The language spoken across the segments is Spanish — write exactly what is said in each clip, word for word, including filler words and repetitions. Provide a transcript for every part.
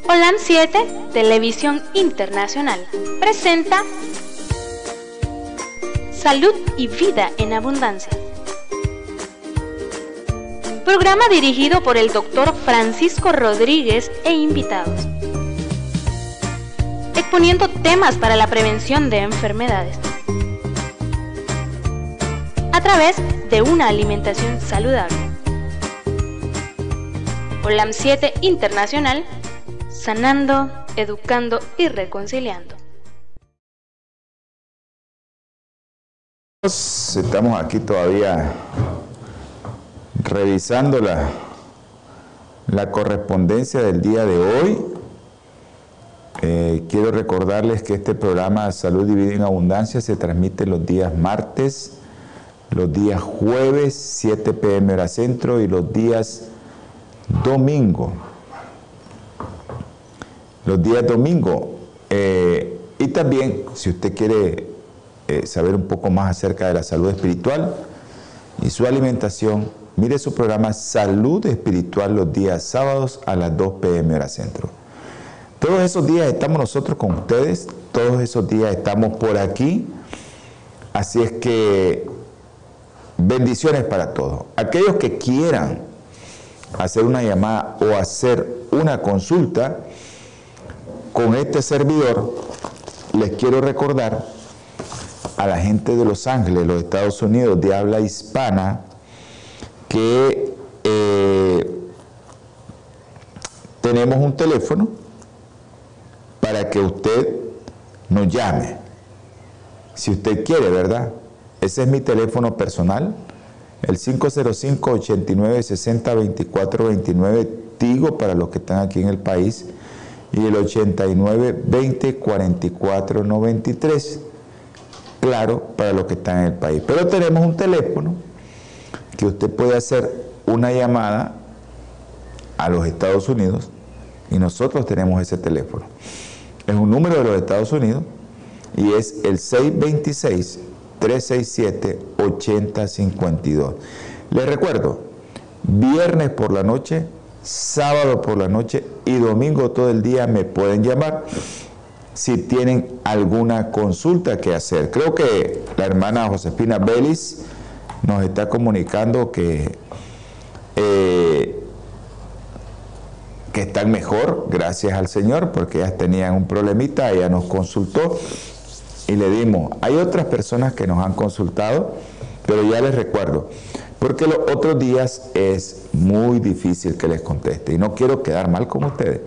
OLAM siete, Televisión Internacional, presenta Salud y Vida en Abundancia. Programa dirigido por el doctor Francisco Rodríguez e invitados, exponiendo temas para la prevención de enfermedades a través de una alimentación saludable. OLAM siete Internacional, sanando, educando y reconciliando. Estamos aquí todavía revisando la, la correspondencia del día de hoy. Eh, quiero recordarles que este programa Salud y Vida en Abundancia se transmite los días martes, los días jueves, siete p m hora centro, y los días domingo. Los días domingo. Eh, y también, si usted quiere eh, saber un poco más acerca de la salud espiritual y su alimentación, mire su programa Salud Espiritual los días sábados a las dos p m hora centro. Todos esos días estamos nosotros con ustedes, todos esos días estamos por aquí, así es que bendiciones para todos. Aquellos que quieran hacer una llamada o hacer una consulta con este servidor, les quiero recordar a la gente de Los Ángeles, los Estados Unidos, de habla hispana, que eh, tenemos un teléfono para que usted nos llame, si usted quiere, ¿verdad? Ese es mi teléfono personal, el cinco cero cinco, ocho nueve, seis cero, dos cuatro dos nueve, Tigo para los que están aquí en el país, y el ochenta y nueve, veinte, cuarenta y cuatro, noventa y tres, claro, para los que están en el país. Pero tenemos un teléfono que usted puede hacer una llamada a los Estados Unidos, y nosotros tenemos ese teléfono. Es un número de los Estados Unidos y es el seis dos seis, tres seis siete, ocho cero cinco dos. Les recuerdo, viernes por la noche, sábado por la noche y domingo todo el día me pueden llamar si tienen alguna consulta que hacer. Creo que la hermana Josefina Vélez nos está comunicando que, eh, que están mejor, gracias al Señor, porque ellas tenían un problemita, ella nos consultó y le dimos. Hay otras personas que nos han consultado, pero ya les recuerdo, porque los otros días es muy difícil que les conteste y no quiero quedar mal con ustedes.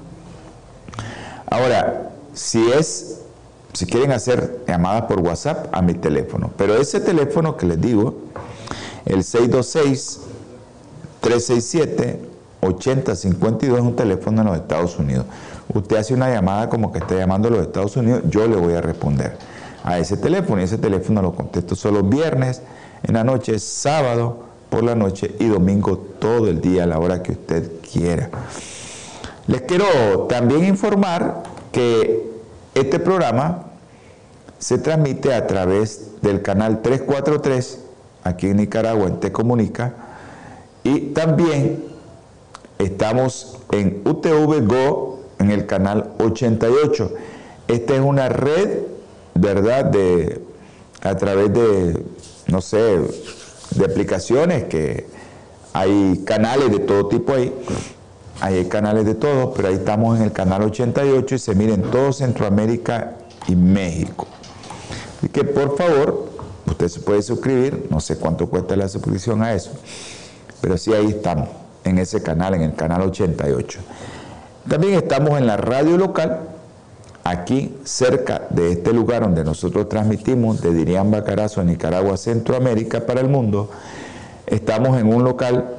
Ahora, si es, si quieren hacer llamadas por WhatsApp, a mi teléfono, pero ese teléfono que les digo, el seis dos seis, tres seis siete, ocho cero cinco dos, es un teléfono en los Estados Unidos. Usted hace una llamada como que está llamando a los Estados Unidos, yo le voy a responder a ese teléfono, y ese teléfono lo contesto solo viernes en la noche, sábado por la noche y domingo todo el día a la hora que usted quiera. Les quiero también informar que este programa se transmite a través del canal trescientos cuarenta y tres aquí en Nicaragua, en Te Comunica, y también estamos en U T V Go en el canal ochenta y ocho. Esta es una red, ¿verdad?, de a través de, no sé, de aplicaciones, que hay canales de todo tipo ahí. Hay canales de todo, pero ahí estamos en el canal ochenta y ocho y se mira en todo Centroamérica y México. Así que por favor, usted se puede suscribir, no sé cuánto cuesta la suscripción a eso, pero sí, ahí estamos, en ese canal, en el canal ochenta y ocho. También estamos en la radio local, aquí cerca de este lugar donde nosotros transmitimos, de Dirián Bacarazo, Nicaragua, Centroamérica, para el mundo. Estamos en un local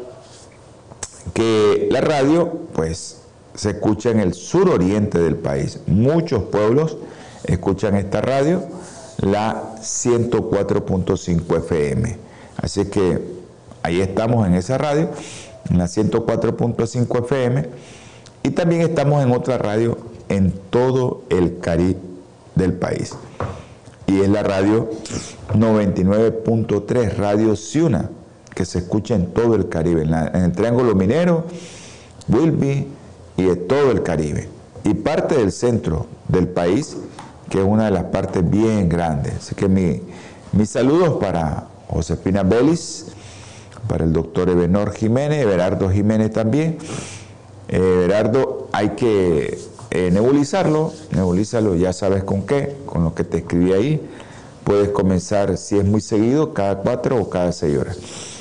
que la radio, pues, se escucha en el suroriente del país. Muchos pueblos escuchan esta radio, la ciento cuatro punto cinco F M. Así que ahí estamos en esa radio, en la ciento cuatro punto cinco F M, y también estamos en otra radio en todo el Caribe del país. Y es la radio noventa y nueve punto tres, Radio Ciuna, que se escucha en todo el Caribe, en, la, en el Triángulo Minero, Wilby y en todo el Caribe. y parte del centro del país, que es una de las partes bien grandes. Así que mi, mis saludos para Josefina Vélez, para el doctor Ebenor Jiménez, Everardo Jiménez también. Eh, Everardo, hay que eh, nebulizarlo, nebulízalo, ya sabes con qué, con lo que te escribí ahí. Puedes comenzar, si es muy seguido, cada cuatro o cada seis horas.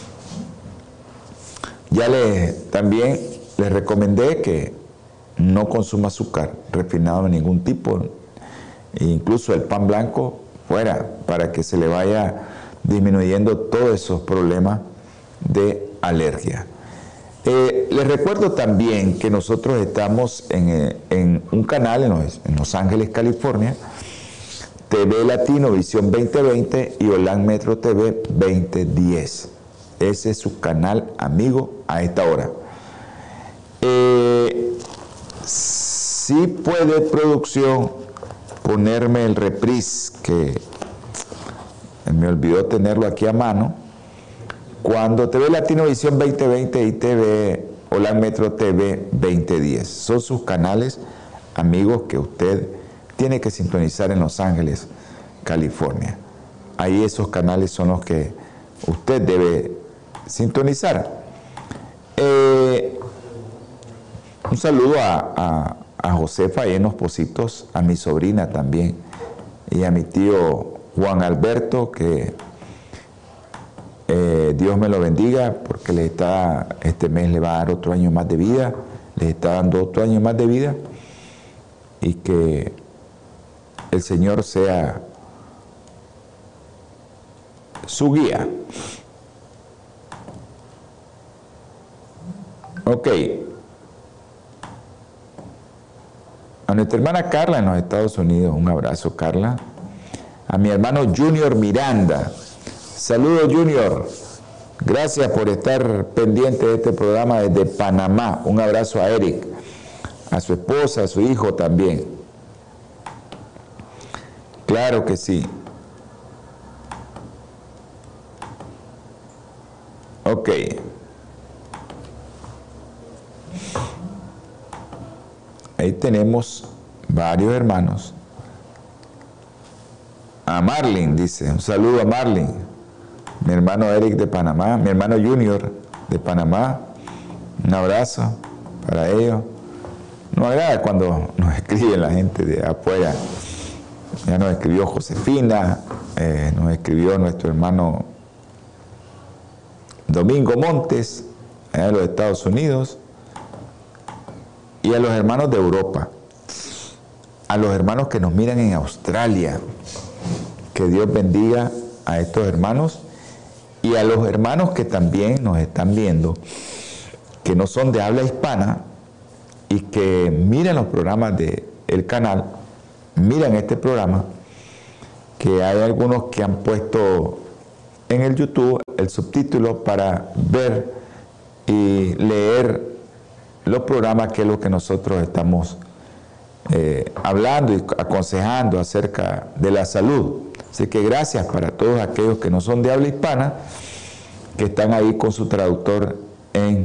Ya les, también les recomendé que no consuma azúcar refinado de ningún tipo, incluso el pan blanco fuera, para que se le vaya disminuyendo todos esos problemas de alergia. Eh, les recuerdo también que nosotros estamos en, en un canal en Los, en Los Ángeles, California, T V Latino Visión veinte veinte y Olan Metro T V veinte diez. Ese es su canal amigo a esta hora. Eh, si puede producción ponerme el reprise, que me olvidó tenerlo aquí a mano, cuando T V Latino Visión veinte veinte y T V Olan Metro T V veinte diez. Son sus canales amigos que usted tiene que sintonizar en Los Ángeles, California. Ahí esos canales son los que usted debe sintonizar. Eh, un saludo a, a, a Josefa y en los Positos, a mi sobrina también, y a mi tío Juan Alberto, que eh, Dios me lo bendiga, porque le está, este mes le va a dar otro año más de vida, le está dando otro año más de vida, y que el Señor sea su guía. Ok. A nuestra hermana Carla en los Estados Unidos, un abrazo, Carla. A mi hermano Junior Miranda. Saludos, Junior. Gracias por estar pendiente de este programa desde Panamá. Un abrazo a Eric, a su esposa, a su hijo también. Claro que sí. Ok. Ahí tenemos varios hermanos. A Marlin, dice, un saludo a Marlin. Mi hermano Eric de Panamá, mi hermano Junior de Panamá. Un abrazo para ellos. Nos agrada cuando nos escribe la gente de afuera. Ya nos escribió Josefina, eh, nos escribió nuestro hermano Domingo Montes, allá de los Estados Unidos, y a los hermanos de Europa, a los hermanos que nos miran en Australia, que Dios bendiga a estos hermanos, y a los hermanos que también nos están viendo, que no son de habla hispana, y que miran los programas del canal, miran este programa, que hay algunos que han puesto en el YouTube el subtítulo para ver y leer los programas, que es lo que nosotros estamos eh, hablando y aconsejando acerca de la salud. Así que gracias para todos aquellos que no son de habla hispana, que están ahí con su traductor en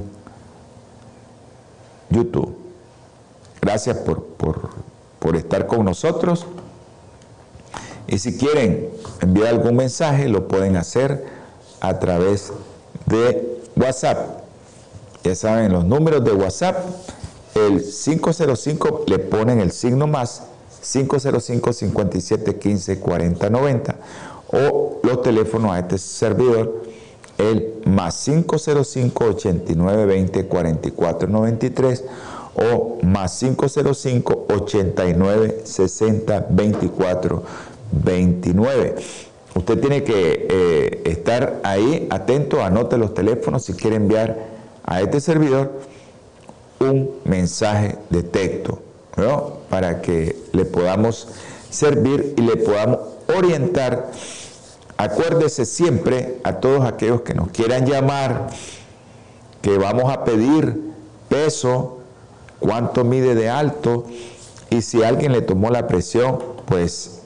YouTube. Gracias por, por, por estar con nosotros. Y si quieren enviar algún mensaje, lo pueden hacer a través de WhatsApp. Ya saben, los números de WhatsApp, el cinco cero cinco, le ponen el signo más, cinco cero cinco, cincuenta y siete, quince, cuarenta, noventa, o los teléfonos a este servidor, el más cinco cero cinco, ochenta y nueve, veinte, cuarenta y cuatro, noventa y tres, o más cinco cero cinco, ochenta y nueve, sesenta, veinticuatro, veintinueve. Usted tiene que eh, estar ahí atento, anote los teléfonos si quiere enviar a este servidor un mensaje de texto, ¿no? Para que le podamos servir y le podamos orientar. Acuérdese siempre a todos aquellos que nos quieran llamar, que vamos a pedir peso, cuánto mide de alto, y si alguien le tomó la presión, pues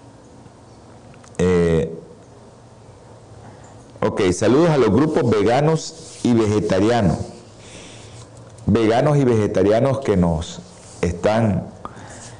eh, ok, saludos a los grupos veganos y vegetarianos, veganos y vegetarianos que nos están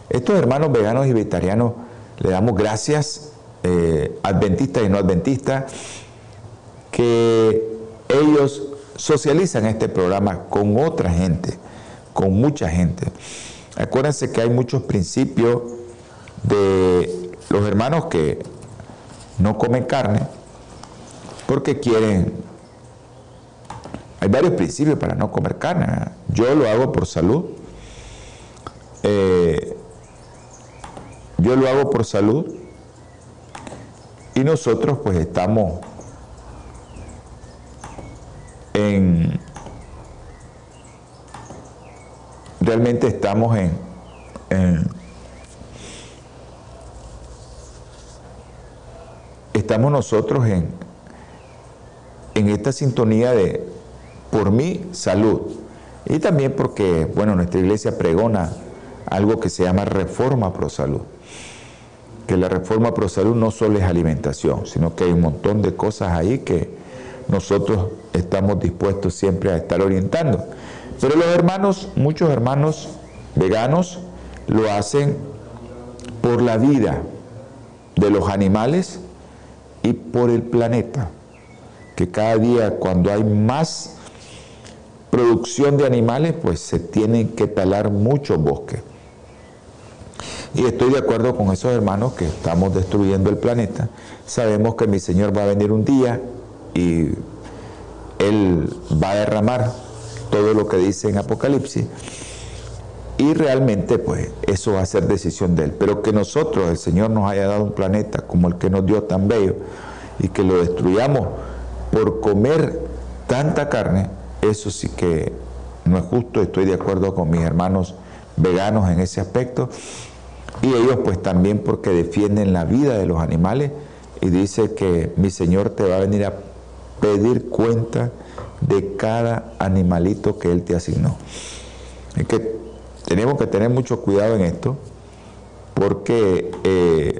Estos hermanos veganos y vegetarianos le damos gracias, eh, adventistas y no adventistas, que ellos socializan este programa con otra gente, con mucha gente. Acuérdense que hay muchos principios de los hermanos que no comen carne porque quieren. Hay varios principios para no comer carne, ¿verdad? Yo lo hago por salud. Eh, yo lo hago por salud. Y nosotros pues estamos en... Realmente estamos en... en estamos nosotros en, en esta sintonía de por mi salud. Y también porque, bueno, nuestra iglesia pregona algo que se llama Reforma Pro Salud. Que la Reforma Pro Salud no solo es alimentación, sino que hay un montón de cosas ahí que nosotros estamos dispuestos siempre a estar orientando. Pero los hermanos, muchos hermanos veganos, lo hacen por la vida de los animales y por el planeta. Que cada día, cuando hay más producción de animales, pues se tienen que talar muchos bosques. Y estoy de acuerdo con esos hermanos que estamos destruyendo el planeta. Sabemos que mi Señor va a venir un día y Él va a derramar todo lo que dice en Apocalipsis. Y realmente, pues, eso va a ser decisión de Él. Pero que nosotros, el Señor nos haya dado un planeta como el que nos dio tan bello y que lo destruyamos por comer tanta carne, eso sí que no es justo. Estoy de acuerdo con mis hermanos veganos en ese aspecto. Y ellos pues también porque defienden la vida de los animales y dice que mi Señor te va a venir a pedir cuenta de cada animalito que Él te asignó. Es que tenemos que tener mucho cuidado en esto porque eh,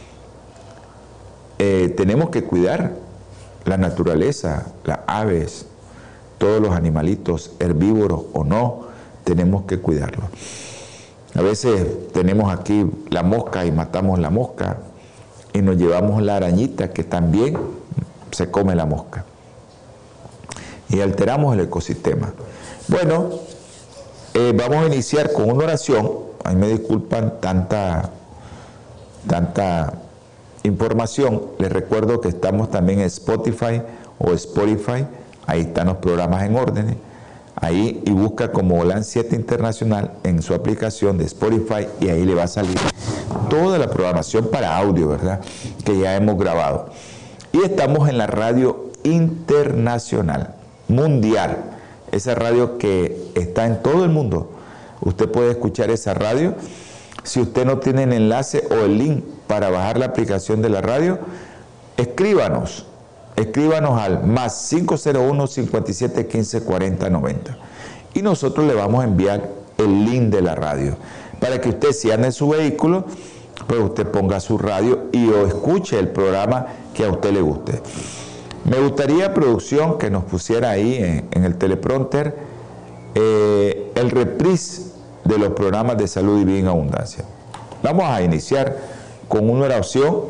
eh, tenemos que cuidar la naturaleza, las aves, todos los animalitos, herbívoros o no, tenemos que cuidarlos. A veces tenemos aquí la mosca y matamos la mosca y nos llevamos la arañita que también se come la mosca y alteramos el ecosistema. Bueno, eh, vamos a iniciar con una oración. Ay, me disculpan tanta, tanta información. Les recuerdo que estamos también en Spotify o Spotify. Ahí están los programas en orden. Ahí y busca como LAN siete Internacional en su aplicación de Spotify y ahí le va a salir toda la programación para audio, ¿verdad? Que ya hemos grabado. Y estamos en la radio internacional, mundial. Esa radio que está en todo el mundo. Usted puede escuchar esa radio. Si usted no tiene el enlace o el link para bajar la aplicación de la radio, escríbanos. Escríbanos al más cinco cero uno, cincuenta y siete, quince, cuarenta, noventa. Y nosotros le vamos a enviar el link de la radio. Para que usted, si anda en su vehículo, pues usted ponga su radio y o escuche el programa que a usted le guste. Me gustaría, producción, que nos pusiera ahí en, en el teleprompter eh, el reprise de los programas de salud y vida en abundancia. Vamos a iniciar con una oración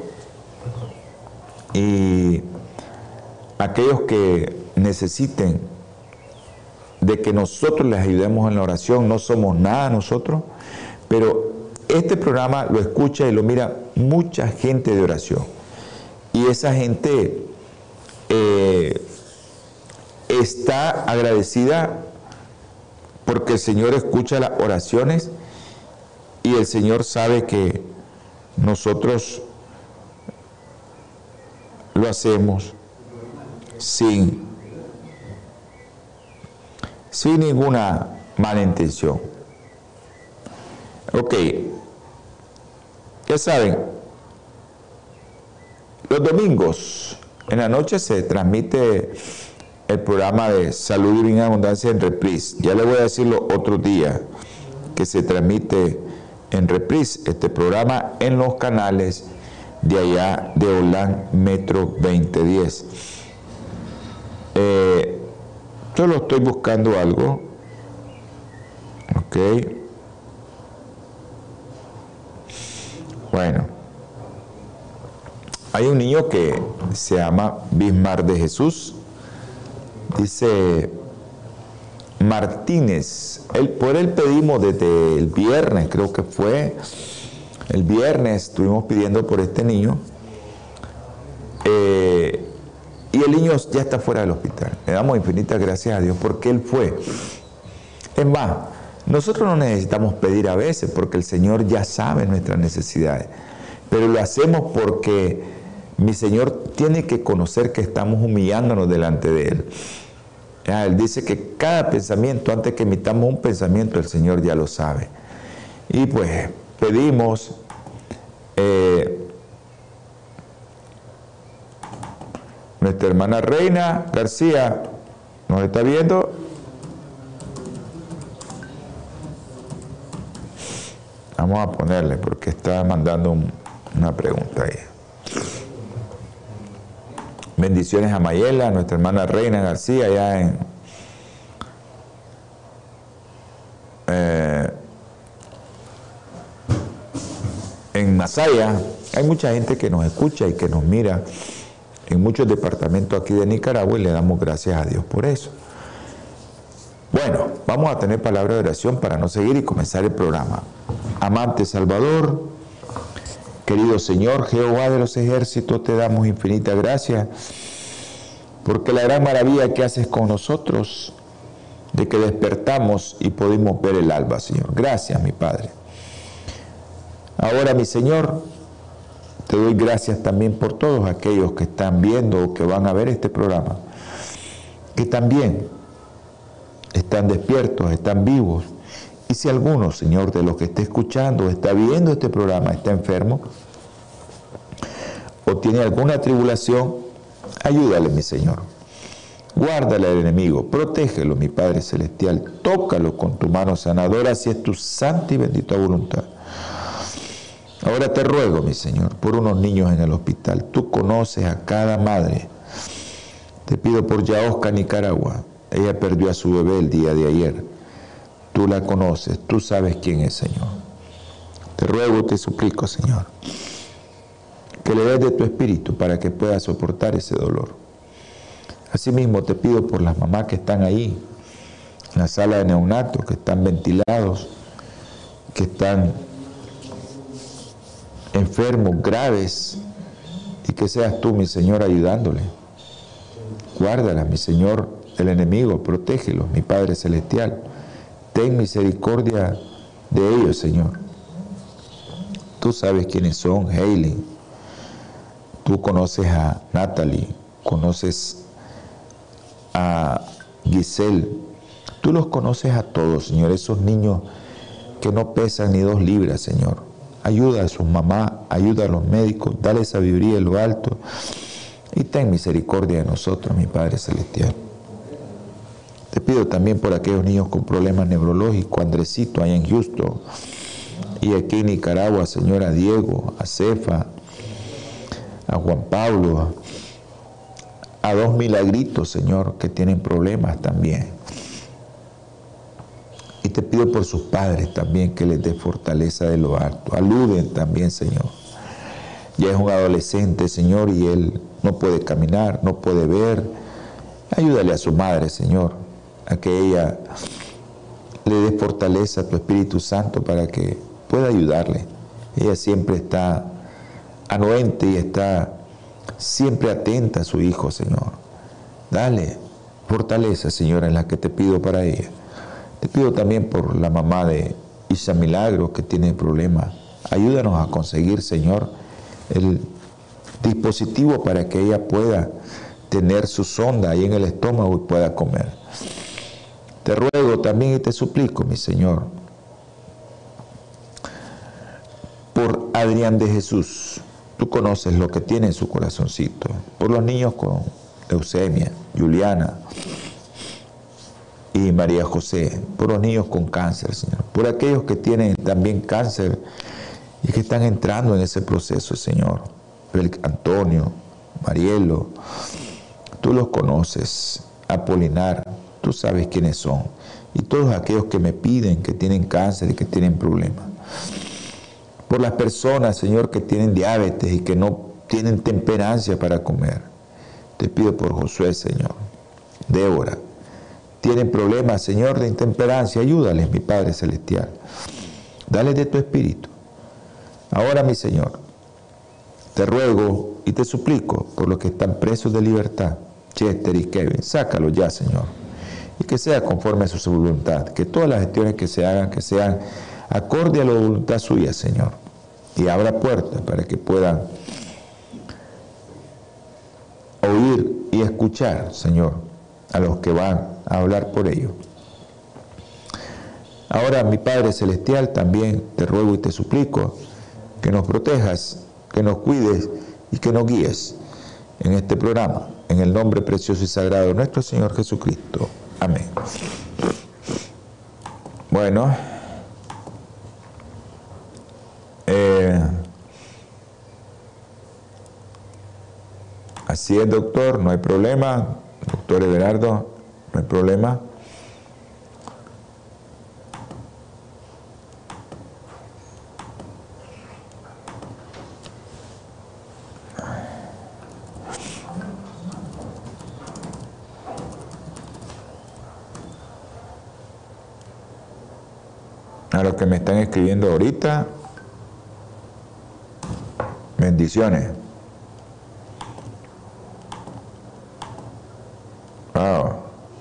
y aquellos que necesiten de que nosotros les ayudemos en la oración, no somos nada nosotros, pero este programa lo escucha y lo mira mucha gente de oración. Y esa gente eh, está agradecida porque el Señor escucha las oraciones y el Señor sabe que nosotros lo hacemos sin, sin ninguna mala intención. Ok, ya saben, los domingos en la noche se transmite el programa de Salud y Vida en Abundancia en reprise. Ya le voy a decir los otros días que se transmite en reprise este programa en los canales de allá de Olan Metro veinte diez. Eh, solo estoy buscando algo. Ok. Bueno, hay un niño que se llama Bismar de Jesús. Dice Martínez, él, por él pedimos desde el viernes, creo que fue el viernes, estuvimos pidiendo por este niño. Eh, y el niño ya está fuera del hospital. Le damos infinitas gracias a Dios porque él fue. Es más, nosotros no necesitamos pedir a veces porque el Señor ya sabe nuestras necesidades, pero lo hacemos porque mi Señor tiene que conocer que estamos humillándonos delante de Él. Ya, Él dice que cada pensamiento, antes que emitamos un pensamiento, el Señor ya lo sabe. Y pues pedimos, eh, nuestra hermana Reina García, ¿nos está viendo? Vamos a ponerle porque está mandando un, una pregunta ahí. Bendiciones a Mayela, nuestra hermana Reina García, allá en, eh, en Masaya. Hay mucha gente que nos escucha y que nos mira en muchos departamentos aquí de Nicaragua y le damos gracias a Dios por eso. Bueno, vamos a tener palabra de oración para no seguir y comenzar el programa. Amante Salvador, querido Señor, Jehová de los ejércitos, te damos infinitas gracias porque la gran maravilla que haces con nosotros, de que despertamos y pudimos ver el alba, Señor. Gracias, mi Padre. Ahora, mi Señor, te doy gracias también por todos aquellos que están viendo o que van a ver este programa, que también están despiertos, están vivos. Y si alguno, Señor, de los que esté escuchando, está viendo este programa, está enfermo o tiene alguna tribulación, ayúdale, mi Señor. Guárdale al enemigo, protégelo, mi Padre Celestial. Tócalo con tu mano sanadora, si es tu santa y bendita voluntad. Ahora te ruego, mi Señor, por unos niños en el hospital. Tú conoces a cada madre. Te pido por Yaosca, Nicaragua. Ella perdió a su bebé el día de ayer. Tú la conoces, tú sabes quién es, Señor. Te ruego, te suplico, Señor, que le des de tu espíritu para que pueda soportar ese dolor. Asimismo, te pido por las mamás que están ahí, en la sala de neonatos, que están ventilados, que están enfermos, graves, y que seas tú, mi Señor, ayudándole. Guárdalas, mi Señor, el enemigo, protégelos, mi Padre Celestial. Ten misericordia de ellos, Señor. Tú sabes quiénes son, Hailey. Tú conoces a Natalie, conoces a Giselle. Tú los conoces a todos, Señor, esos niños que no pesan ni dos libras, Señor. Ayuda a sus mamás, ayuda a los médicos, dale sabiduría en lo alto y ten misericordia de nosotros, mi Padre Celestial. Te pido también por aquellos niños con problemas neurológicos, Andresito allá en Houston, y aquí en Nicaragua, Señor, a Diego, a Cefa, a Juan Pablo, a dos milagritos, Señor, que tienen problemas también. Y te pido por sus padres también que les dé fortaleza de lo alto. Aluden también, Señor. Ya es un adolescente, Señor, y él no puede caminar, no puede ver. Ayúdale a su madre, Señor, a que ella le dé fortaleza a tu Espíritu Santo para que pueda ayudarle. Ella siempre está anuente y está siempre atenta a su hijo, Señor. Dale fortaleza, Señor, en la que te pido para ella. Te pido también por la mamá de Isa Milagro que tiene problemas. Ayúdanos a conseguir, Señor, el dispositivo para que ella pueda tener su sonda ahí en el estómago y pueda comer. Te ruego también y te suplico, mi Señor, por Adrián de Jesús. Tú conoces lo que tiene en su corazoncito. Por los niños con leucemia, Juliana y María José. Por los niños con cáncer, Señor. Por aquellos que tienen también cáncer y que están entrando en ese proceso, Señor. Antonio, Marielo, tú los conoces. Apolinar, tú sabes quiénes son. Y todos aquellos que me piden que tienen cáncer y que tienen problemas. por las personas, Señor, que tienen diabetes y que no tienen temperancia para comer. Te pido por Josué, Señor. Débora, tienen problemas, Señor, de intemperancia. Ayúdales, mi Padre Celestial. Dale de tu espíritu. Ahora, mi Señor, te ruego y te suplico por los que están presos de libertad, Chester y Kevin, sácalos ya, Señor, y que sea conforme a su voluntad, que todas las gestiones que se hagan, que sean acorde a la voluntad suya, Señor, y abra puertas para que puedan oír y escuchar, Señor, a los que van a hablar por ellos. Ahora, mi Padre Celestial, también te ruego y te suplico que nos protejas, que nos cuides y que nos guíes en este programa, en el nombre precioso y sagrado de nuestro Señor Jesucristo. Amén. Bueno, eh, así es, doctor, no hay problema. Doctor Everardo, no hay problema. A los que me están escribiendo ahorita, bendiciones. Wow.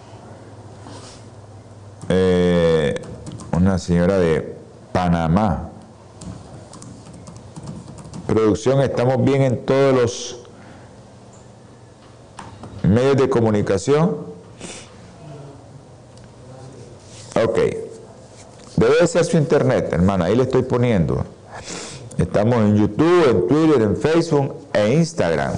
Eh, una señora de Panamá. Producción, estamos bien en todos los medios de comunicación. Ok. Debe de ser su internet, hermana, ahí le estoy poniendo. Estamos en YouTube, en Twitter, en Facebook e Instagram.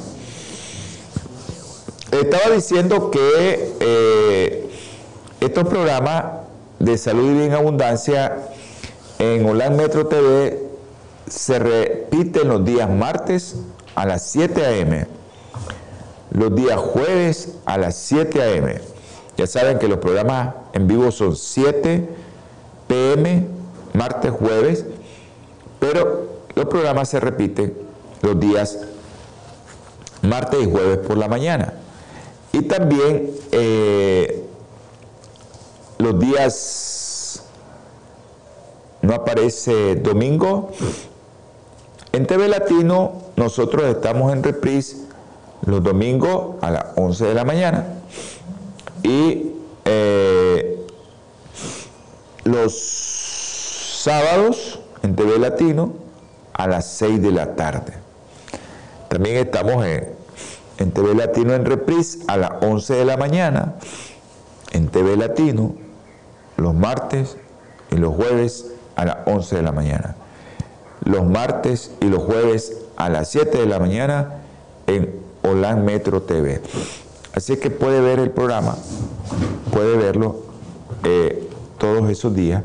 Estaba diciendo que eh, estos programas de salud y bien abundancia en Holan Metro T V se repiten los días martes a las siete a eme, los días jueves a las siete a eme. Ya saben que los programas en vivo son siete pe eme, martes, jueves, pero los programas se repiten los días martes y jueves por la mañana. Y también eh, los días, no aparece domingo. En T V Latino nosotros estamos en reprise los domingos a las once de la mañana y eh, los sábados en T V Latino a las seis de la tarde. También estamos en, en T V Latino en reprise a las once de la mañana, en T V Latino los martes y los jueves a las once de la mañana. Los martes y los jueves a las siete de la mañana en Holan Metro T V. Así que puede ver el programa, puede verlo eh, todos esos días.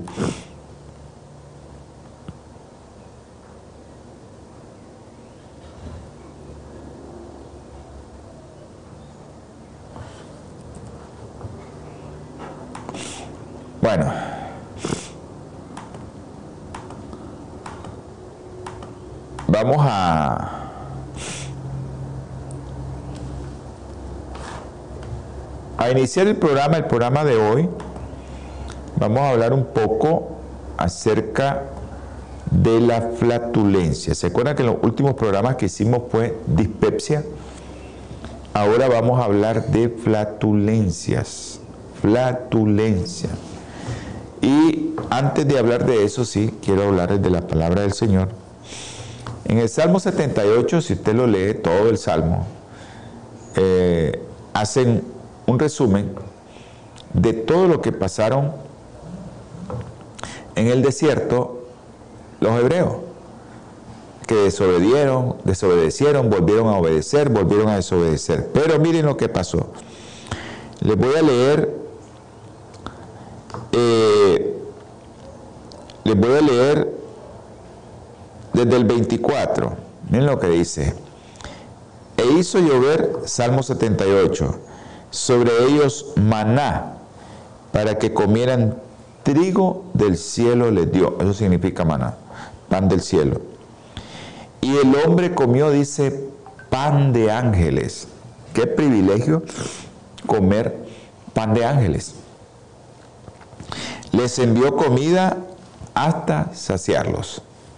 Bueno, vamos a a iniciar el programa, el programa de hoy. Vamos a hablar un poco acerca de la flatulencia. ¿Se acuerdan que en los últimos programas que hicimos fue dispepsia? Ahora vamos a hablar de flatulencias. Flatulencia. Y antes de hablar de eso, sí, quiero hablarles de la palabra del Señor. En el Salmo setenta y ocho, si usted lo lee, todo el Salmo, eh, hacen un resumen de todo lo que pasaron en el desierto los hebreos, que desobedieron, desobedecieron, volvieron a obedecer, volvieron a desobedecer. Pero miren lo que pasó. Les voy a leer, eh, les voy a leer desde el veinticuatro. Miren lo que dice. E hizo llover, Salmo setenta y ocho, sobre ellos maná, para que comieran trigo del cielo les dio. Eso significa maná, pan del cielo. Y el hombre comió, dice, pan de ángeles. Qué privilegio comer pan de ángeles. Les envió comida hasta saciarlos.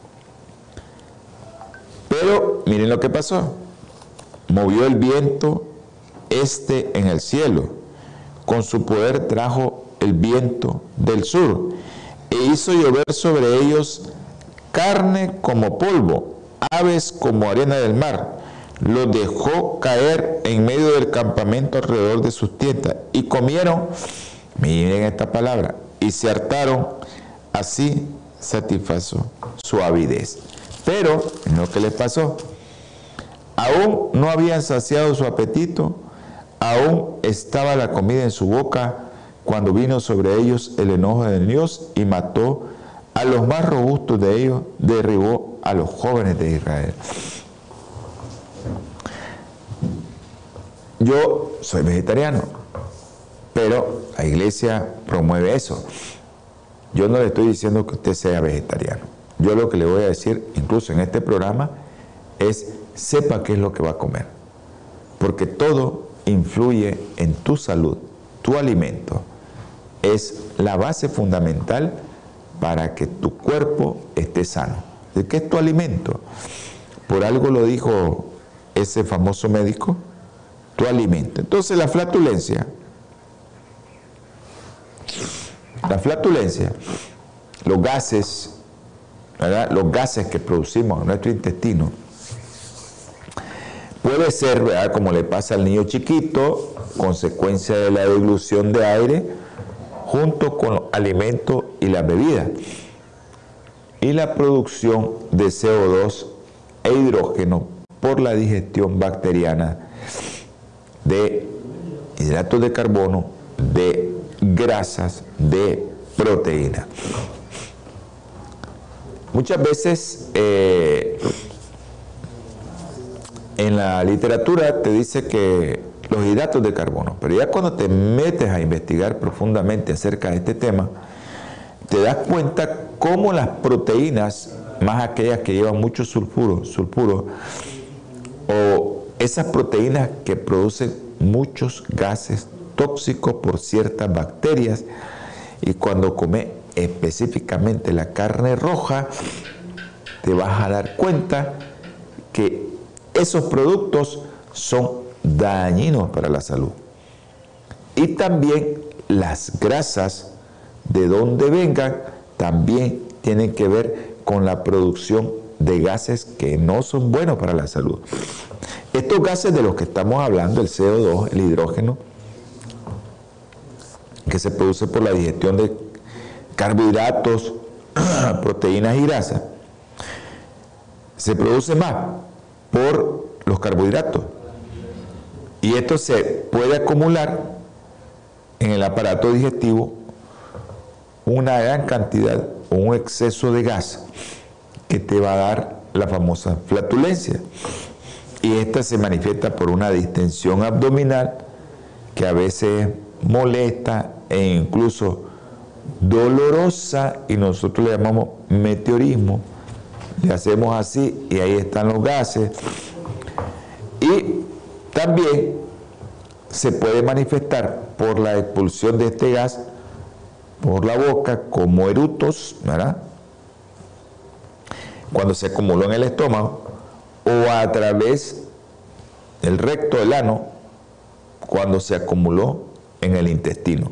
Pero miren lo que pasó. Movió el viento este en el cielo. Con su poder trajo el viento del sur e hizo llover sobre ellos carne como polvo, aves como arena del mar. Los dejó caer en medio del campamento alrededor de sus tiendas y comieron, miren esta palabra, y se hartaron, así satisfazo su avidez. Pero, ¿no qué les pasó? Aún no habían saciado su apetito, aún estaba la comida en su boca, cuando vino sobre ellos el enojo de Dios y mató a los más robustos de ellos, derribó a los jóvenes de Israel. Yo soy vegetariano, pero la iglesia promueve eso. Yo no le estoy diciendo que usted sea vegetariano. Yo lo que le voy a decir, incluso en este programa, es sepa qué es lo que va a comer. Porque todo influye en tu salud. Tu alimento es la base fundamental para que tu cuerpo esté sano. ¿De qué es tu alimento? Por algo lo dijo ese famoso médico, tu alimento. Entonces la flatulencia, la flatulencia, los gases, ¿verdad? Los gases que producimos en nuestro intestino, puede ser, ¿verdad?, como le pasa al niño chiquito, consecuencia de la deglución de aire, junto con los alimentos y la bebida, y la producción de C O dos e hidrógeno por la digestión bacteriana de hidratos de carbono, de grasas, de proteínas. Muchas veces eh, en la literatura te dice que los hidratos de carbono, pero ya cuando te metes a investigar profundamente acerca de este tema, te das cuenta cómo las proteínas, más aquellas que llevan mucho sulfuro, sulfuro, o esas proteínas que producen muchos gases tóxicos por ciertas bacterias, y cuando comes específicamente la carne roja, te vas a dar cuenta que esos productos son dañinos para la salud. Y también las grasas, de donde vengan, también tienen que ver con la producción de gases que no son buenos para la salud. Estos gases de los que estamos hablando, el C O dos, el hidrógeno, que se produce por la digestión de carbohidratos, proteínas y grasas, se produce más por los carbohidratos. Y esto se puede acumular en el aparato digestivo una gran cantidad o un exceso de gas que te va a dar la famosa flatulencia. Y esta se manifiesta por una distensión abdominal que a veces molesta e incluso dolorosa, y nosotros le llamamos meteorismo. Le hacemos así y ahí están los gases. Y también se puede manifestar por la expulsión de este gas por la boca como erutos, ¿verdad?, cuando se acumuló en el estómago, o a través del recto, del ano, cuando se acumuló en el intestino.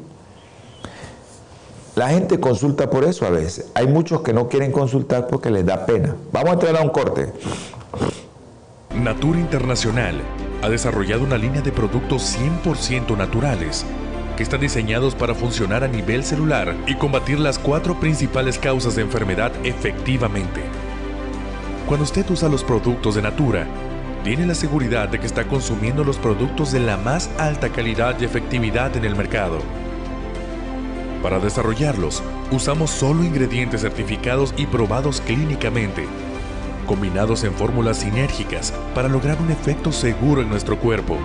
La gente consulta por eso a veces. Hay muchos que no quieren consultar porque les da pena. Vamos a entrar a un corte. Natura Internacional ha desarrollado una línea de productos cien por ciento naturales que están diseñados para funcionar a nivel celular y combatir las cuatro principales causas de enfermedad efectivamente. Cuando usted usa los productos de Natura, tiene la seguridad de que está consumiendo los productos de la más alta calidad y efectividad en el mercado. Para desarrollarlos, usamos solo ingredientes certificados y probados clínicamente, combinados en fórmulas sinérgicas para lograr un efecto seguro en nuestro cuerpo.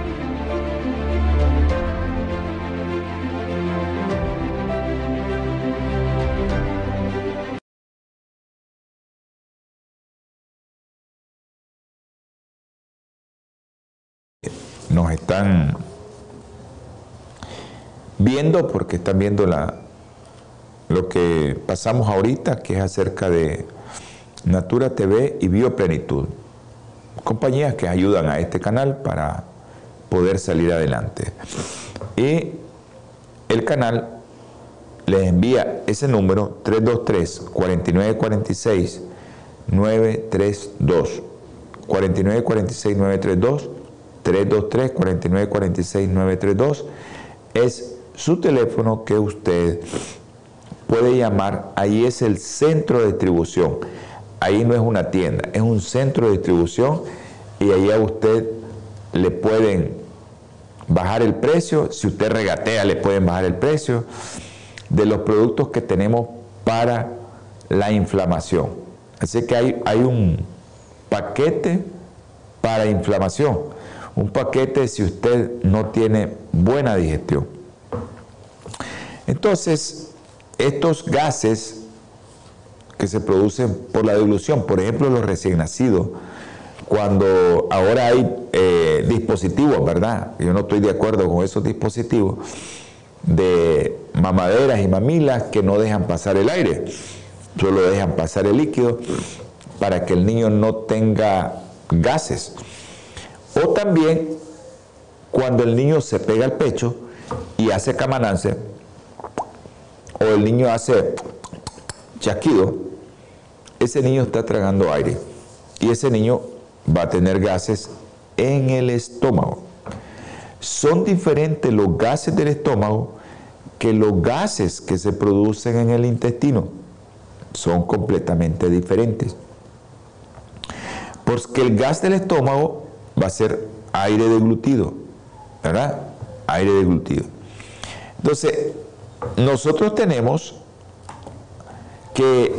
nos están viendo, porque están viendo la, lo que pasamos ahorita, que es acerca de Natura T V y Bioplenitud, compañías que ayudan a este canal para poder salir adelante. Y el canal les envía ese número tres dos tres, cuatro nueve cuatro seis, nueve tres dos, cuatro nueve cuatro seis, nueve tres dos, tres dos tres, cuatro nueve cuatro seis, nueve tres dos, es su teléfono que usted puede llamar. Ahí es el centro de distribución, ahí no es una tienda, es un centro de distribución, y ahí a usted le pueden bajar el precio. Si usted regatea, le pueden bajar el precio de los productos que tenemos para la inflamación. Así que hay, hay un paquete para inflamación, un paquete si usted no tiene buena digestión. Entonces, estos gases que se producen por la dilución, por ejemplo, los recién nacidos, cuando ahora hay eh, dispositivos, ¿verdad? Yo no estoy de acuerdo con esos dispositivos de mamaderas y mamilas que no dejan pasar el aire, solo dejan pasar el líquido para que el niño no tenga gases. O también cuando el niño se pega al pecho y hace camanance, o el niño hace chasquido, ese niño está tragando aire y ese niño va a tener gases en el estómago. Son diferentes los gases del estómago que los gases que se producen en el intestino. Son completamente diferentes. Porque el gas del estómago va a ser aire deglutido, ¿verdad? Aire deglutido. Entonces, nosotros tenemos que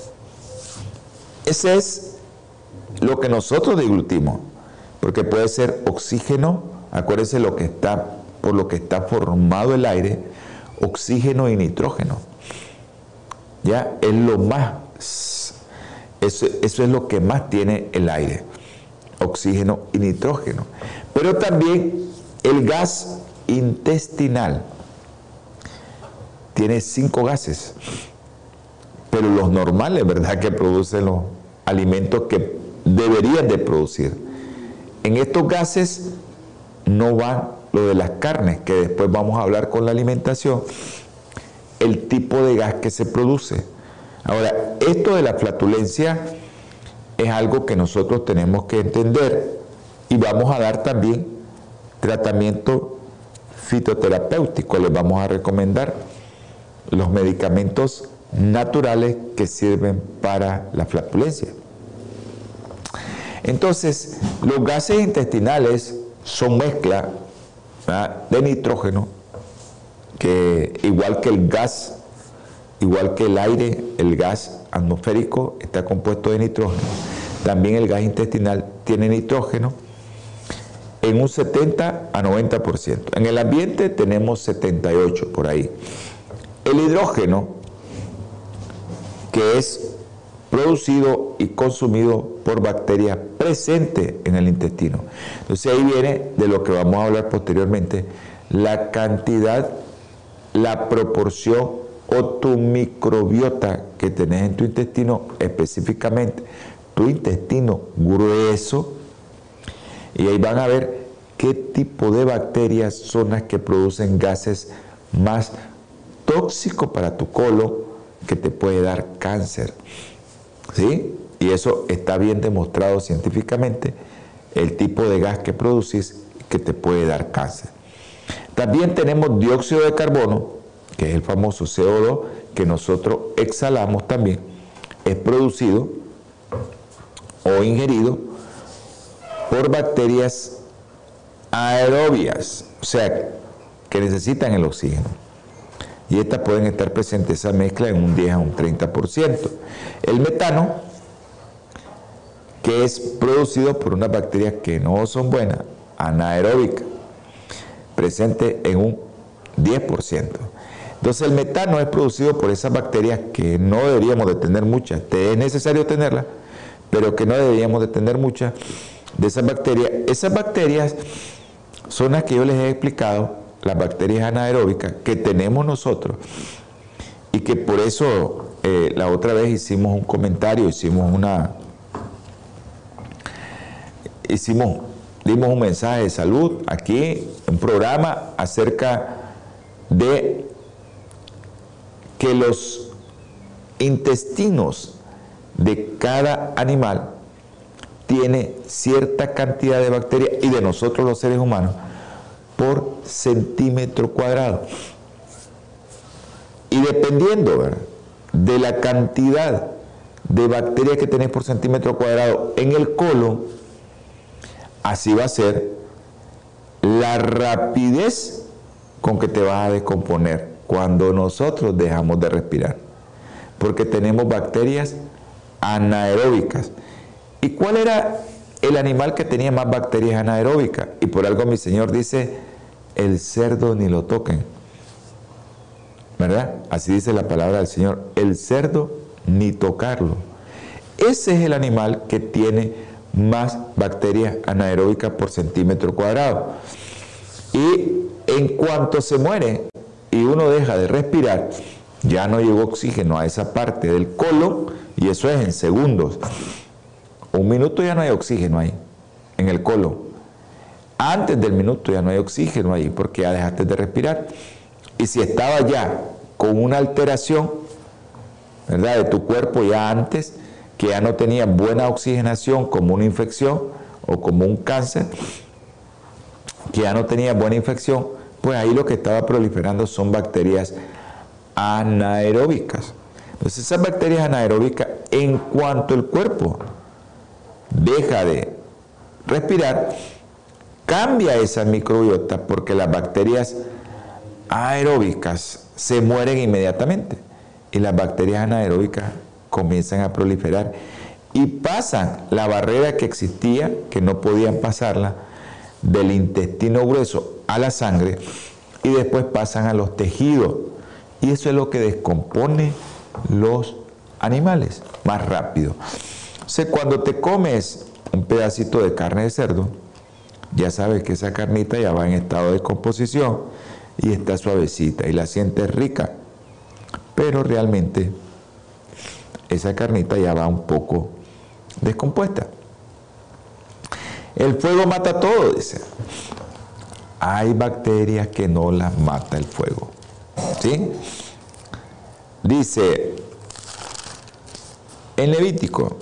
ese es lo que nosotros deglutimos, porque puede ser oxígeno, acuérdense lo que está, por lo que está formado el aire, oxígeno y nitrógeno. Ya es lo más, eso, eso es lo que más tiene el aire, oxígeno y nitrógeno. Pero también el gas intestinal tiene cinco gases, pero los normales, ¿verdad?, que producen los alimentos que deberían de producir. En estos gases no va lo de las carnes, que después vamos a hablar con la alimentación, el tipo de gas que se produce. Ahora, esto de la flatulencia es algo que nosotros tenemos que entender, y vamos a dar también tratamiento fitoterapéutico. Les vamos a recomendar los medicamentos naturales que sirven para la flatulencia. Entonces, los gases intestinales son mezcla, ¿verdad?, de nitrógeno, que igual que el gas, igual que el aire, el gas atmosférico está compuesto de nitrógeno. También el gas intestinal tiene nitrógeno en un setenta a noventa por ciento. En el ambiente tenemos setenta y ocho por ahí. El hidrógeno, que es producido y consumido por bacterias presentes en el intestino. Entonces ahí viene de lo que vamos a hablar posteriormente, la cantidad, la proporción o tu microbiota que tenés en tu intestino, específicamente tu intestino grueso, y ahí van a ver qué tipo de bacterias son las que producen gases más tóxicos para tu colon, que te puede dar cáncer, ¿sí? Y eso está bien demostrado científicamente, el tipo de gas que producís que te puede dar cáncer. También tenemos dióxido de carbono, que es el famoso C O dos, que nosotros exhalamos también, es producido o ingerido por bacterias aerobias, o sea, que necesitan el oxígeno. Y estas pueden estar presentes, esa mezcla, en un diez a un treinta por ciento. El metano, que es producido por unas bacterias que no son buenas, anaeróbicas, presente en un diez por ciento. Entonces el metano es producido por esas bacterias que no deberíamos de tener muchas, es necesario tenerlas, pero que no deberíamos de tener muchas de esas bacterias. Esas bacterias son las que yo les he explicado, las bacterias anaeróbicas que tenemos nosotros, y que por eso eh, la otra vez hicimos un comentario, hicimos una, hicimos, dimos un mensaje de salud aquí, un programa acerca de que los intestinos de cada animal tiene cierta cantidad de bacterias, y de nosotros los seres humanos, por centímetro cuadrado. Y dependiendo, ¿verdad?, de la cantidad de bacterias que tenés por centímetro cuadrado en el colon, así va a ser la rapidez con que te vas a descomponer cuando nosotros dejamos de respirar, porque tenemos bacterias anaeróbicas. ¿Y cuál era el animal que tenía más bacterias anaeróbicas? Y por algo mi Señor dice, el cerdo ni lo toquen, ¿verdad? Así dice la palabra del Señor, el cerdo ni tocarlo. Ese es el animal que tiene más bacterias anaeróbicas por centímetro cuadrado. Y en cuanto se muere y uno deja de respirar, ya no llegó oxígeno a esa parte del colon, y eso es en segundos. Un minuto ya no hay oxígeno ahí, en el colon. Antes del minuto ya no hay oxígeno ahí, porque ya dejaste de respirar. Y si estaba ya con una alteración, ¿verdad?, de tu cuerpo ya antes, que ya no tenía buena oxigenación, como una infección o como un cáncer, que ya no tenía buena infección, pues ahí lo que estaba proliferando son bacterias anaeróbicas. Entonces esas bacterias anaeróbicas, en cuanto el cuerpo deja de respirar, cambia esa microbiota, porque las bacterias aeróbicas se mueren inmediatamente y las bacterias anaeróbicas comienzan a proliferar y pasan la barrera que existía, que no podían pasarla, del intestino grueso a la sangre, y después pasan a los tejidos, y eso es lo que descompone los animales más rápido. O sea, cuando te comes un pedacito de carne de cerdo, ya sabes que esa carnita ya va en estado de descomposición y está suavecita y la sientes rica, pero realmente esa carnita ya va un poco descompuesta. El fuego mata todo, dice. Hay bacterias que no las mata el fuego, ¿sí? Dice en Levítico,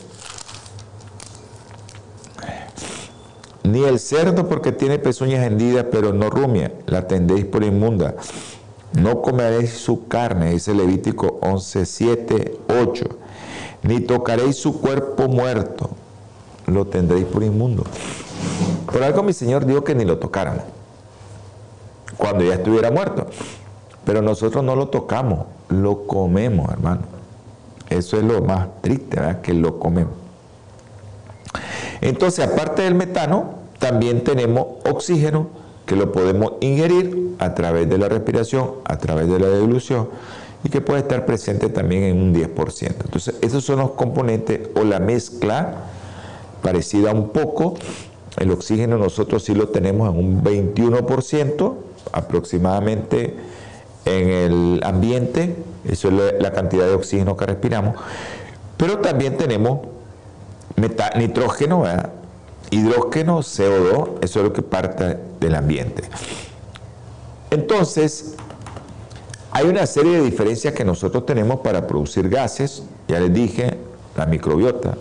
ni el cerdo, porque tiene pezuñas hendidas pero no rumia, la tendréis por inmunda. No comeréis su carne, dice Levítico once, siete, ocho. Ni tocaréis su cuerpo muerto, lo tendréis por inmundo. Por algo mi Señor dijo que ni lo tocáramos cuando ya estuviera muerto. Pero nosotros no lo tocamos, lo comemos, hermano. Eso es lo más triste, ¿verdad?, que lo comemos. Entonces, aparte del metano, también tenemos oxígeno, que lo podemos ingerir a través de la respiración, a través de la dilución, y que puede estar presente también en un diez por ciento. Entonces, esos son los componentes o la mezcla parecida un poco. El oxígeno nosotros sí lo tenemos en un veintiuno por ciento aproximadamente en el ambiente. Eso es la cantidad de oxígeno que respiramos. Pero también tenemos nitrógeno, ¿verdad?, hidrógeno, C O dos, eso es lo que parte del ambiente. Entonces, hay una serie de diferencias que nosotros tenemos para producir gases. Ya les dije, la microbiota,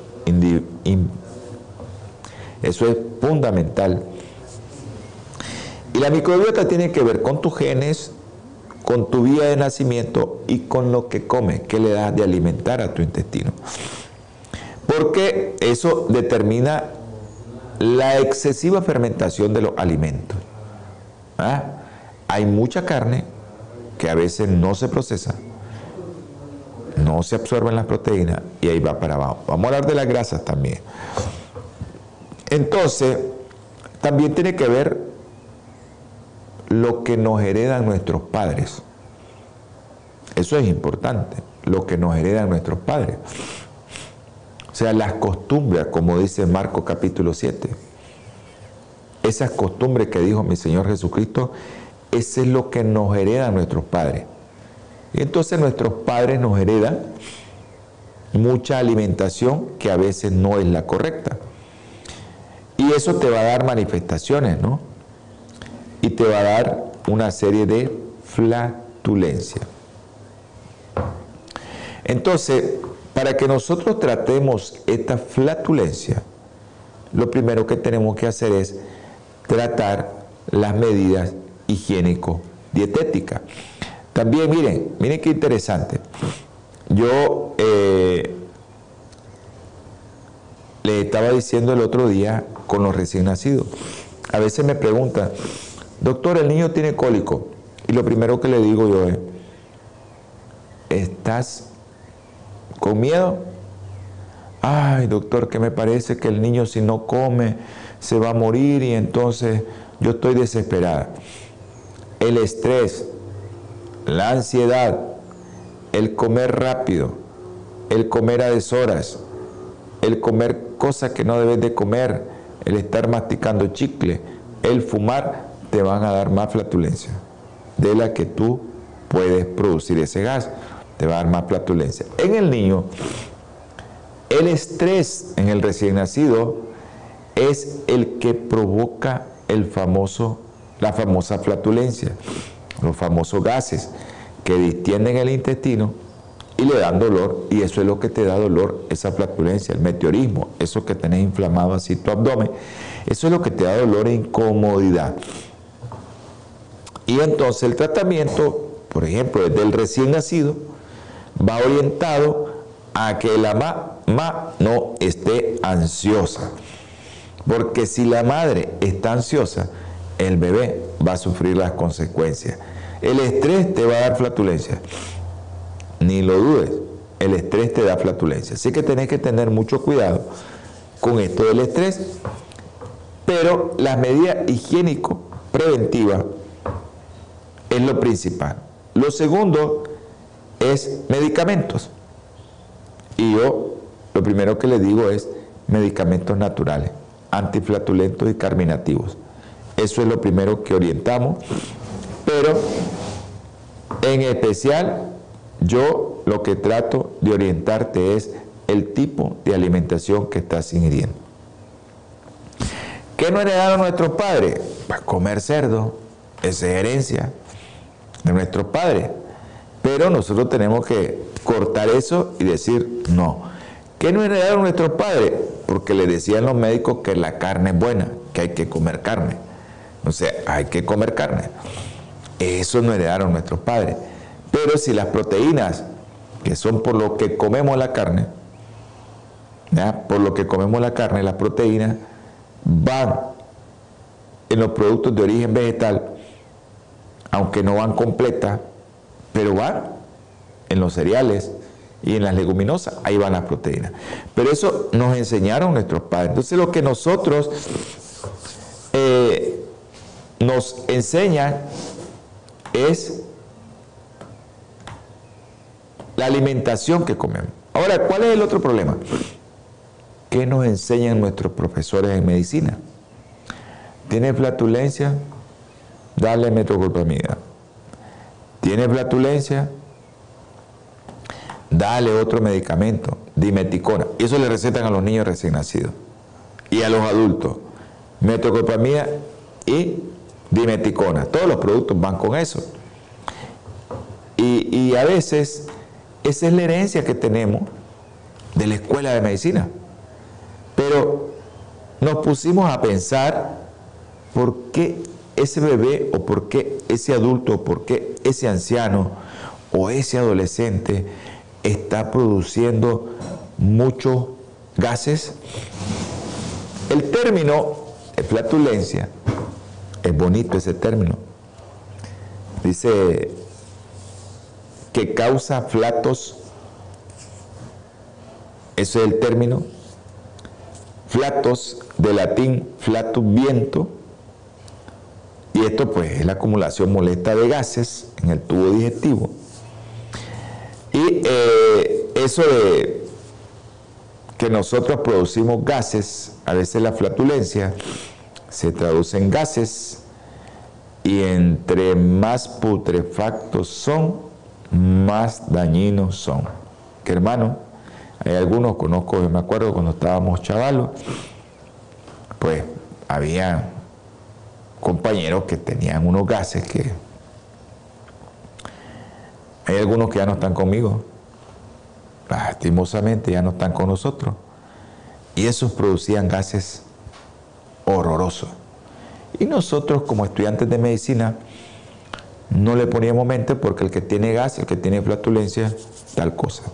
eso es fundamental. Y la microbiota tiene que ver con tus genes, con tu vía de nacimiento y con lo que comes, qué le das de alimentar a tu intestino. Porque eso determina la excesiva fermentación de los alimentos. ¿Ah? Hay mucha carne que a veces no se procesa, no se absorben las proteínas y ahí va para abajo. Vamos a hablar de las grasas también. Entonces, también tiene que ver lo que nos heredan nuestros padres. Eso es importante, lo que nos heredan nuestros padres. O sea, las costumbres, como dice Marcos capítulo siete. esas costumbres que dijo mi Señor Jesucristo, eso es lo que nos heredan nuestros padres. Y entonces nuestros padres nos heredan mucha alimentación que a veces no es la correcta. Y eso te va a dar manifestaciones, ¿no? Y te va a dar una serie de flatulencia. Entonces, para que nosotros tratemos esta flatulencia, lo primero que tenemos que hacer es tratar las medidas higiénico-dietéticas. También, miren, miren qué interesante. Yo eh, le estaba diciendo el otro día con los recién nacidos. A veces me preguntan, doctor, el niño tiene cólico. Y lo primero que le digo yo es, ¿estás con miedo? Ay, doctor, que me parece que el niño si no come se va a morir y entonces yo estoy desesperada. El estrés, la ansiedad, el comer rápido, el comer a deshoras, el comer cosas que no debes de comer, el estar masticando chicle, el fumar, te van a dar más flatulencia de la que tú puedes producir ese gas, te va a dar más flatulencia. En el niño, el estrés en el recién nacido es el que provoca el famoso, la famosa flatulencia, los famosos gases que distienden el intestino y le dan dolor, y eso es lo que te da dolor, esa flatulencia, el meteorismo, eso que tenés inflamado así tu abdomen, eso es lo que te da dolor e incomodidad. Y entonces el tratamiento, por ejemplo, desde el recién nacido, va orientado a que la mamá no esté ansiosa. Porque si la madre está ansiosa, el bebé va a sufrir las consecuencias. El estrés te va a dar flatulencia. Ni lo dudes, el estrés te da flatulencia. Así que tenés que tener mucho cuidado con esto del estrés. Pero las medidas higiénico preventivas es lo principal. Lo segundo es medicamentos. Y yo lo primero que le digo es medicamentos naturales, antiflatulentos y carminativos. Eso es lo primero que orientamos, pero en especial yo lo que trato de orientarte es el tipo de alimentación que estás ingiriendo. ¿Qué nos heredaron nuestros padres? Pues comer cerdo, esa es herencia de nuestros padres. Pero nosotros tenemos que cortar eso y decir no. ¿Qué nos heredaron nuestros padres? Porque le decían los médicos que la carne es buena, que hay que comer carne. O sea, hay que comer carne. Eso nos heredaron nuestros padres. Pero si las proteínas, que son por lo que comemos la carne, ¿ya? Por lo que comemos la carne, las proteínas van en los productos de origen vegetal, aunque no van completas, pero van en los cereales y en las leguminosas, ahí van las proteínas. Pero eso nos enseñaron nuestros padres. Entonces lo que nosotros eh, nos enseñan es la alimentación que comemos. Ahora, ¿cuál es el otro problema? ¿Qué nos enseñan nuestros profesores en medicina? ¿Tiene flatulencia? Dale metoclopramida. ¿Tiene flatulencia? Dale otro medicamento, dimeticona. Eso le recetan a los niños recién nacidos y a los adultos. Metoclopramida y dimeticona. Todos los productos van con eso. Y, y a veces esa es la herencia que tenemos de la escuela de medicina. Pero nos pusimos a pensar por qué ese bebé o por qué ese adulto o por qué ese anciano o ese adolescente está produciendo muchos gases. El término de flatulencia, es bonito ese término, dice que causa flatos, ese es el término, flatos, de latín flatus viento, y esto pues es la acumulación molesta de gases en el tubo digestivo. Y eh, eso de que nosotros producimos gases, a veces la flatulencia, se traduce en gases, y entre más putrefactos son, más dañinos son. Que hermano, hay algunos, conozco, yo me acuerdo cuando estábamos chavalos, pues había compañeros que tenían unos gases que... Hay algunos que ya no están conmigo, lastimosamente ya no están con nosotros, y esos producían gases horrorosos. Y nosotros como estudiantes de medicina no le poníamos mente porque el que tiene gas, el que tiene flatulencia, tal cosa.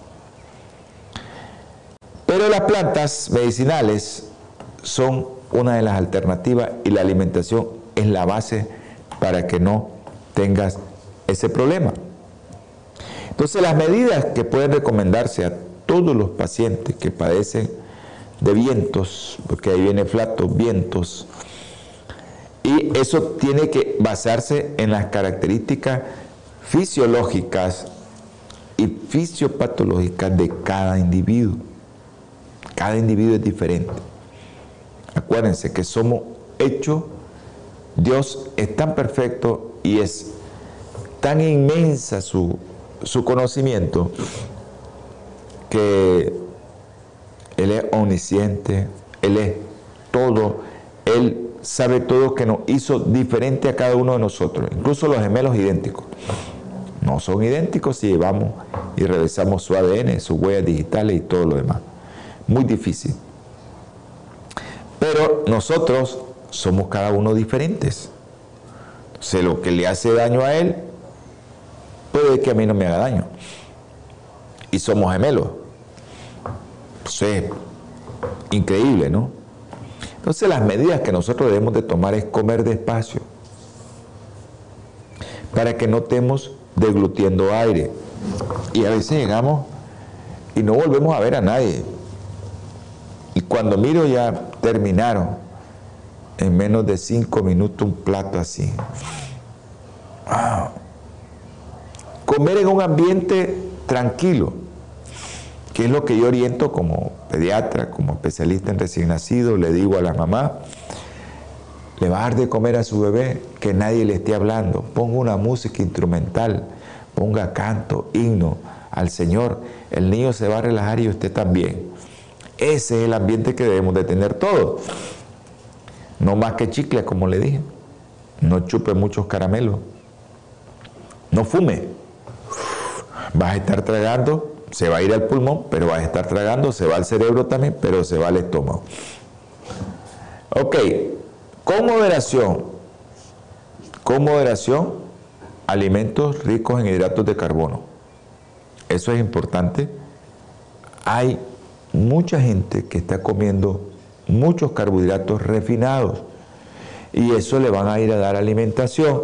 Pero las plantas medicinales son una de las alternativas y la alimentación es la base para que no tengas ese problema. Entonces las medidas que pueden recomendarse a todos los pacientes que padecen de vientos, porque ahí viene flatos, vientos, y eso tiene que basarse en las características fisiológicas y fisiopatológicas de cada individuo. Cada individuo es diferente. Acuérdense que somos hechos, Dios es tan perfecto y es tan inmensa su, su conocimiento que Él es omnisciente, Él es todo, Él sabe todo, que nos hizo diferente a cada uno de nosotros, incluso los gemelos idénticos. No son idénticos si llevamos y revisamos su A D N, sus huellas digitales y todo lo demás. Muy difícil. Pero nosotros somos cada uno diferentes. Entonces, lo que le hace daño a él, puede que a mí no me haga daño. Y somos gemelos. Entonces, increíble, ¿no? Entonces, las medidas que nosotros debemos de tomar es comer despacio, para que no estemos deglutiendo aire. Y a veces llegamos y no volvemos a ver a nadie. Y cuando miro ya terminaron en menos de cinco minutos un plato así. Wow. Comer en un ambiente tranquilo, que es lo que yo oriento como pediatra, como especialista en recién nacido. Le digo a la mamá, le va a dar de comer a su bebé, que nadie le esté hablando. Ponga una música instrumental, ponga canto, himno al Señor. El niño se va a relajar y usted también. Ese es el ambiente que debemos de tener todos. No más que chicle, como le dije. No chupe muchos caramelos. No fume. Vas a estar tragando, se va a ir al pulmón, pero vas a estar tragando, se va al cerebro también, pero se va al estómago. Ok, con moderación, con moderación, alimentos ricos en hidratos de carbono. Eso es importante. Hay mucha gente que está comiendo muchos carbohidratos refinados y eso le van a ir a dar alimentación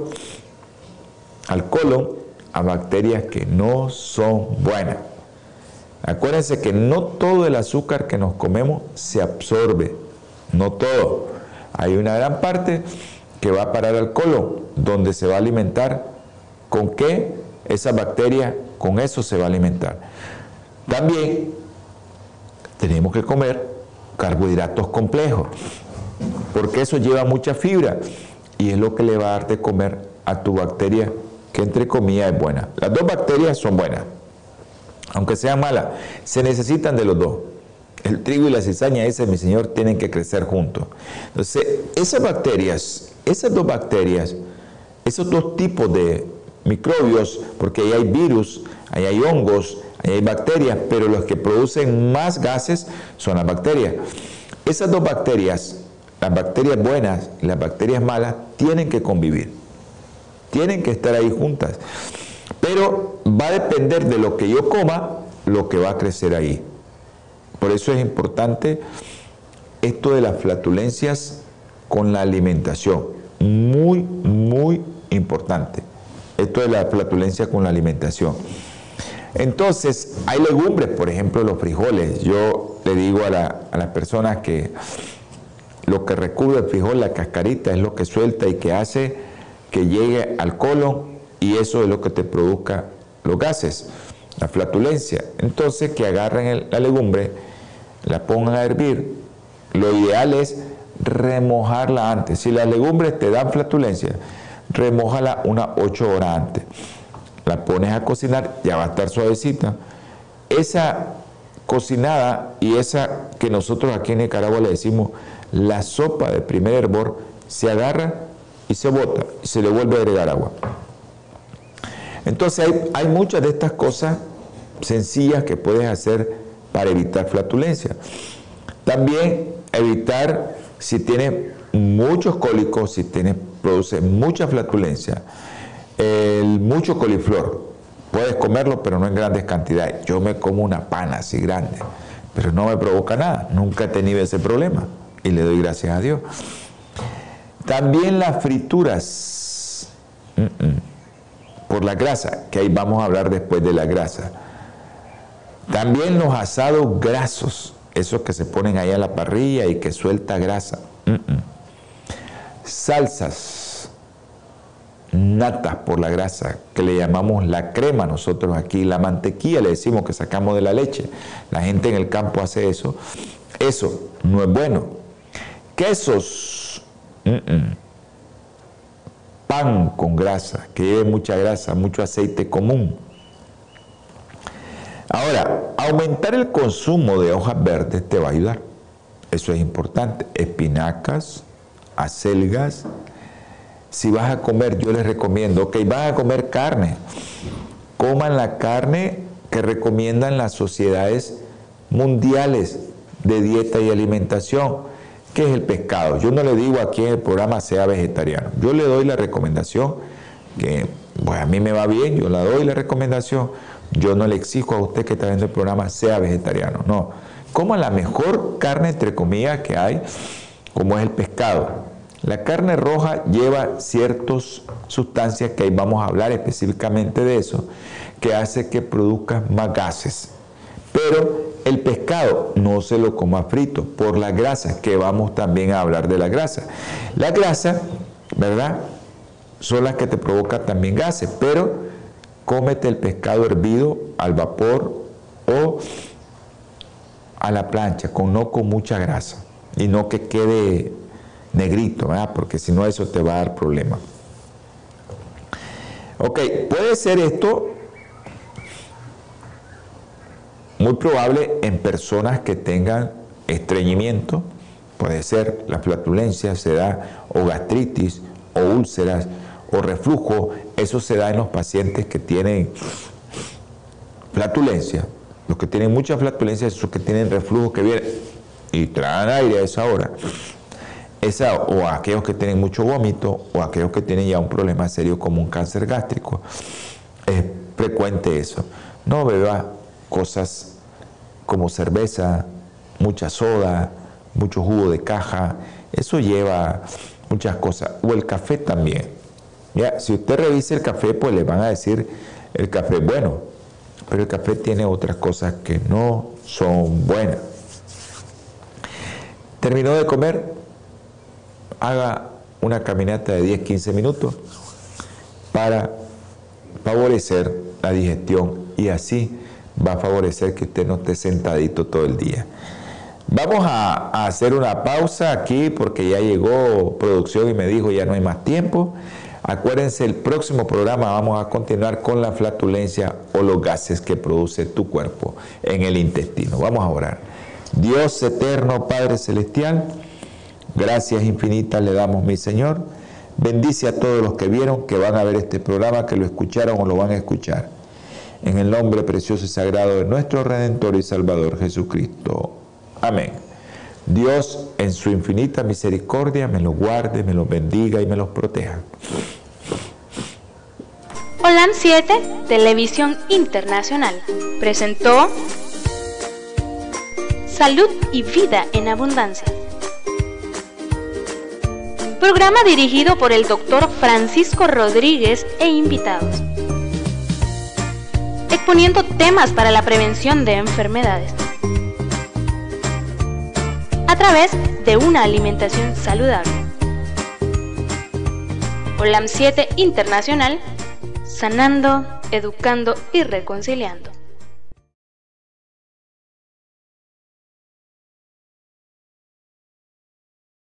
al colon a bacterias que no son buenas. Acuérdense que no todo el azúcar que nos comemos se absorbe, no todo. Hay una gran parte que va a parar al colon, donde se va a alimentar. ¿Con qué? Esa bacteria, con eso se va a alimentar. También tenemos que comer carbohidratos complejos, porque eso lleva mucha fibra y es lo que le va a dar de comer a tu bacteria, que entre comillas es buena. Las dos bacterias son buenas, aunque sean malas, se necesitan de los dos. El trigo y la cizaña, ese, mi señor, tienen que crecer juntos. Entonces, esas bacterias, esas dos bacterias, esos dos tipos de microbios, porque ahí hay virus, ahí hay hongos, ahí hay bacterias, pero los que producen más gases son las bacterias. Esas dos bacterias, las bacterias buenas y las bacterias malas, tienen que convivir, tienen que estar ahí juntas. Pero va a depender de lo que yo coma, lo que va a crecer ahí. Por eso es importante esto de las flatulencias con la alimentación. Muy, muy importante. Esto de la flatulencia con la alimentación. Entonces, hay legumbres, por ejemplo, los frijoles. Yo le digo a, la, a las personas que lo que recubre el frijol, la cascarita, es lo que suelta y que hace que llegue al colon, y eso es lo que te produzca los gases, la flatulencia. Entonces, que agarren el, la legumbre, la pongan a hervir. Lo ideal es remojarla antes. Si las legumbres te dan flatulencia, remójala unas ocho horas antes. La pones a cocinar, ya va a estar suavecita. Esa cocinada y esa que nosotros aquí en Nicaragua le decimos la sopa de primer hervor, se agarra y se bota y se le vuelve a agregar agua. Entonces hay, hay muchas de estas cosas sencillas que puedes hacer para evitar flatulencia. También evitar si tienes muchos cólicos, si tienes, produce mucha flatulencia, el mucho coliflor. Puedes comerlo, pero no en grandes cantidades. Yo me como una pana así grande, pero no me provoca nada. Nunca he tenido ese problema y le doy gracias a Dios. También las frituras, mm-mm, por la grasa, que ahí vamos a hablar después de la grasa. También los asados grasos, esos que se ponen ahí a la parrilla y que suelta grasa. Mm-mm. Salsas, natas por la grasa, que le llamamos la crema nosotros aquí, la mantequilla le decimos que sacamos de la leche. La gente en el campo hace eso. Eso no es bueno. Quesos, mm-mm. Pan con grasa, que lleve mucha grasa, mucho aceite común. Ahora, aumentar el consumo de hojas verdes te va a ayudar. Eso es importante. Espinacas, acelgas. Si vas a comer, yo les recomiendo, ok, vas a comer carne. Coman la carne que recomiendan las sociedades mundiales de dieta y alimentación. ¿Qué es el pescado? Yo no le digo aquí en el programa sea vegetariano. Yo le doy la recomendación que, pues a mí me va bien, yo le doy la recomendación. Yo no le exijo a usted que está viendo el programa sea vegetariano. No. Coma la mejor carne, entre comillas, que hay, como es el pescado. La carne roja lleva ciertas sustancias que ahí vamos a hablar específicamente de eso, que hace que produzca más gases. Pero el pescado no se lo coma frito por la grasa, que vamos también a hablar de la grasa. La grasa, ¿verdad?, son las que te provocan también gases, pero cómete el pescado hervido al vapor o a la plancha, con, no con mucha grasa, y no que quede negrito, ¿verdad?, porque si no eso te va a dar problema. Ok, puede ser esto muy probable en personas que tengan estreñimiento, puede ser la flatulencia, se da o gastritis, o úlceras, o reflujo. Eso se da en los pacientes que tienen flatulencia. Los que tienen mucha flatulencia, esos que tienen reflujo que vienen y traen aire a esa hora. Esa, o aquellos que tienen mucho vómito, o aquellos que tienen ya un problema serio como un cáncer gástrico. Es frecuente eso. No beba cosas como cerveza, mucha soda, mucho jugo de caja. Eso lleva muchas cosas. O el café también. Ya, si usted revisa el café, pues le van a decir el café es bueno, pero el café tiene otras cosas que no son buenas. Terminó de comer, haga una caminata de diez a quince minutos para favorecer la digestión y así va a favorecer que usted no esté sentadito todo el día. Vamos a, a hacer una pausa aquí porque ya llegó producción y me dijo ya no hay más tiempo. Acuérdense, el próximo programa vamos a continuar con la flatulencia o los gases que produce tu cuerpo en el intestino. Vamos a orar. Dios eterno, Padre celestial, gracias infinitas le damos, mi Señor. Bendice a todos los que vieron, que van a ver este programa, que lo escucharon o lo van a escuchar. En el nombre precioso y sagrado de nuestro Redentor y Salvador Jesucristo. Amén. Dios en su infinita misericordia me los guarde, me los bendiga y me los proteja. OLAM siete, Televisión Internacional, presentó Salud y Vida en Abundancia. Programa dirigido por el doctor Francisco Rodríguez e invitados. Exponiendo temas para la prevención de enfermedades a través de una alimentación saludable. OLAM siete Internacional, sanando, educando y reconciliando.